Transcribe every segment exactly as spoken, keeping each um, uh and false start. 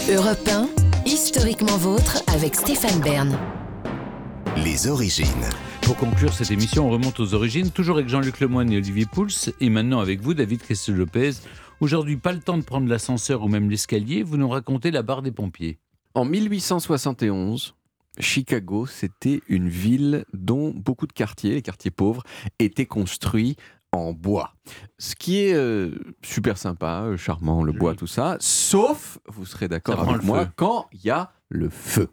Europe un, historiquement vôtre avec Stéphane Bern. Les origines. Pour conclure cette émission, on remonte aux origines, toujours avec Jean-Luc Lemoyne et Olivier Pouls, et maintenant avec vous, David Christel-Lopez. Aujourd'hui, pas le temps de prendre l'ascenseur ou même l'escalier, vous nous racontez la barre des pompiers. En mille huit cent soixante et onze, Chicago, c'était une ville dont beaucoup de quartiers, les quartiers pauvres, étaient construits en bois. Ce qui est euh, super sympa, euh, charmant, le Joli. bois, tout ça, sauf, vous serez d'accord Ça prend avec le moi, feu. quand il y a le feu.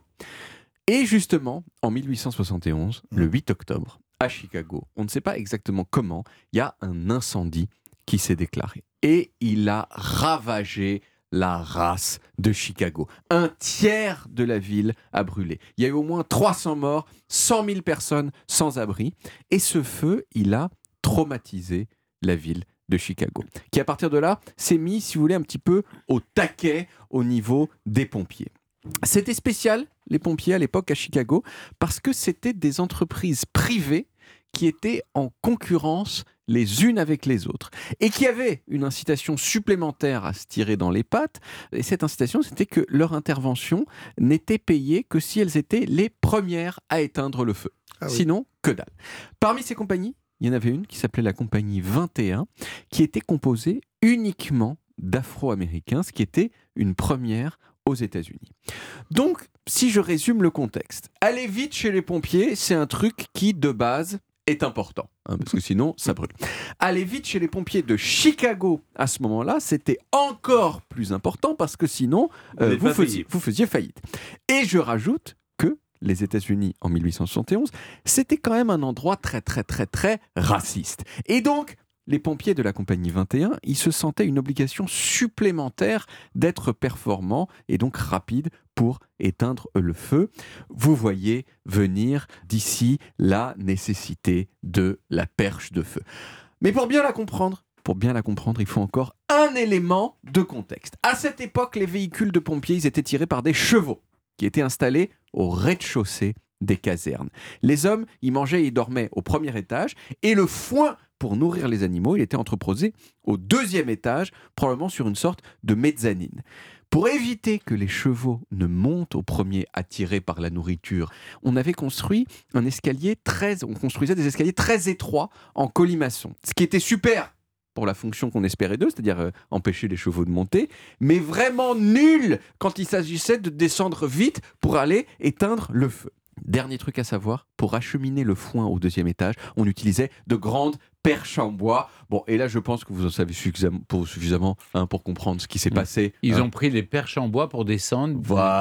Et justement, en mille huit cent soixante et onze, le huit octobre, à Chicago, on ne sait pas exactement comment, il y a un incendie qui s'est déclaré. Et il a ravagé la race de Chicago. Un tiers de la ville a brûlé. Il y a eu au moins trois cents morts, cent mille personnes sans abri. Et ce feu, il a traumatisé la ville de Chicago, qui à partir de là s'est mis, si vous voulez, un petit peu au taquet au niveau des pompiers. C'était spécial, les pompiers à l'époque à Chicago, parce que c'était des entreprises privées qui étaient en concurrence les unes avec les autres et qui avaient une incitation supplémentaire à se tirer dans les pattes. Et cette incitation, c'était que leur intervention n'était payée que si elles étaient les premières à éteindre le feu. Ah oui. Sinon, que dalle. Parmi ces compagnies, il y en avait une qui s'appelait la compagnie vingt et un, qui était composée uniquement d'Afro-Américains, ce qui était une première aux États-Unis. Donc, si je résume le contexte, aller vite chez les pompiers, c'est un truc qui, de base, est important, hein, parce que sinon, ça brûle. Aller vite chez les pompiers de Chicago, à ce moment-là, c'était encore plus important, parce que sinon, euh, vous, faisiez, vous faisiez faillite. Et je rajoute que les États-Unis, en mille huit cent soixante et onze, c'était quand même un endroit très, très, très, très raciste. Et donc, les pompiers de la compagnie vingt et un, ils se sentaient une obligation supplémentaire d'être performants et donc rapides pour éteindre le feu. Vous voyez venir d'ici la nécessité de la perche de feu. Mais pour bien la comprendre, pour bien la comprendre, il faut encore un élément de contexte. À cette époque, les véhicules de pompiers, ils étaient tirés par des chevaux qui étaient installés au rez-de-chaussée des casernes. Les hommes, ils mangeaient et ils dormaient au premier étage, et le foin pour nourrir les animaux, il était entreposé au deuxième étage, probablement sur une sorte de mezzanine. Pour éviter que les chevaux ne montent au premier attirés par la nourriture, on avait construit un escalier très, on construisait des escaliers très étroits en colimaçon, ce qui était super pour la fonction qu'on espérait d'eux, c'est-à-dire euh, empêcher les chevaux de monter, mais vraiment nul quand il s'agissait de descendre vite pour aller éteindre le feu. Dernier truc à savoir, pour acheminer le foin au deuxième étage, on utilisait de grandes perches en bois. Bon, et là, je pense que vous en savez suffisamment pour, suffisamment, hein, pour comprendre ce qui s'est passé. Ils hein. ont pris les perches en bois pour descendre.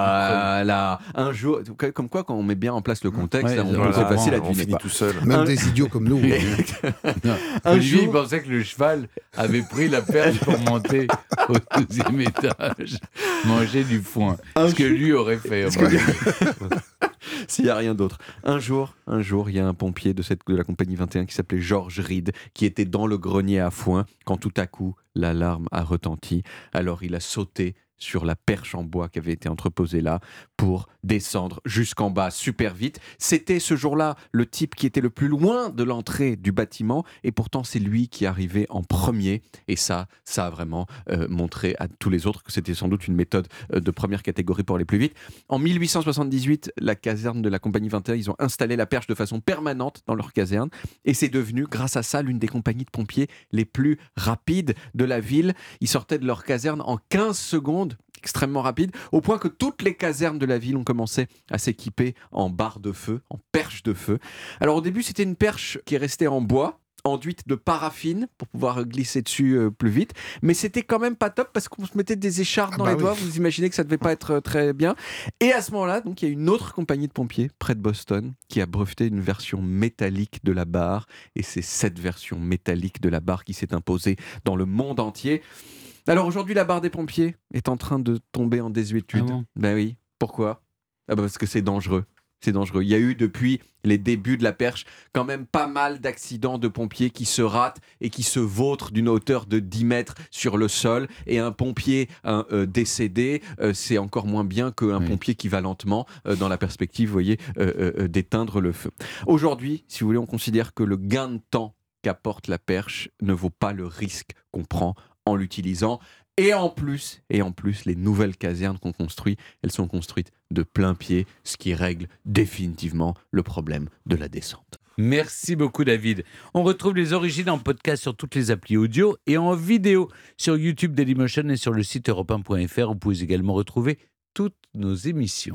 Voilà. Un jour, comme quoi, quand on met bien en place le contexte, Ouais, là, on voilà, peut se passer la on deviner finit pas. tout seul. Même Un- des idiots comme nous. Non. Un Olivier, jour- il pensait que le cheval avait pris la perche pour monter au deuxième étage, manger du foin. Un Ce que jour- lui aurait fait. Ce S'il n'y a rien d'autre. Un jour, un jour, il y a un pompier de, cette, de la compagnie vingt et un qui s'appelait George Reed, qui était dans le grenier à foin, quand tout à coup, l'alarme a retenti. Alors il a sauté sur la perche en bois qui avait été entreposée là pour descendre jusqu'en bas super vite. C'était ce jour-là le type qui était le plus loin de l'entrée du bâtiment, et pourtant c'est lui qui arrivait en premier, et ça, ça a vraiment euh, montré à tous les autres que c'était sans doute une méthode euh, de première catégorie pour aller plus vite. En mille huit cent soixante-dix-huit, la caserne de la compagnie vingt et un, ils ont installé la perche de façon permanente dans leur caserne, et c'est devenu, grâce à ça, l'une des compagnies de pompiers les plus rapides de la ville. Ils sortaient de leur caserne en quinze secondes, extrêmement rapide, au point que toutes les casernes de la ville ont commencé à s'équiper en barres de feu, en perches de feu. Alors au début, c'était une perche qui est restée en bois, enduite de paraffine pour pouvoir glisser dessus euh, plus vite, mais c'était quand même pas top parce qu'on se mettait des écharpes Ah dans bah les oui. doigts, vous imaginez que ça devait pas être euh, très bien. Et à ce moment-là, donc, il y a une autre compagnie de pompiers près de Boston qui a breveté une version métallique de la barre, et c'est cette version métallique de la barre qui s'est imposée dans le monde entier. Alors aujourd'hui, la barre des pompiers est en train de tomber en désuétude. Ah bon ? Ben oui. Pourquoi ? Ah bah parce que c'est dangereux. C'est dangereux. Il y a eu depuis les débuts de la perche quand même pas mal d'accidents de pompiers qui se ratent et qui se vautrent d'une hauteur de dix mètres sur le sol. Et un pompier un, euh, décédé, euh, c'est encore moins bien qu'un Oui. pompier qui va lentement euh, dans la perspective, vous voyez, euh, euh, d'éteindre le feu. Aujourd'hui, si vous voulez, on considère que le gain de temps qu'apporte la perche ne vaut pas le risque qu'on prend en l'utilisant. Et en plus, et en plus, les nouvelles casernes qu'on construit, elles sont construites de plein pied, ce qui règle définitivement le problème de la descente. Merci beaucoup David. On retrouve les origines en podcast sur toutes les applis audio et en vidéo sur YouTube Dailymotion et sur le site europe un point f r. Vous pouvez également retrouver toutes nos émissions.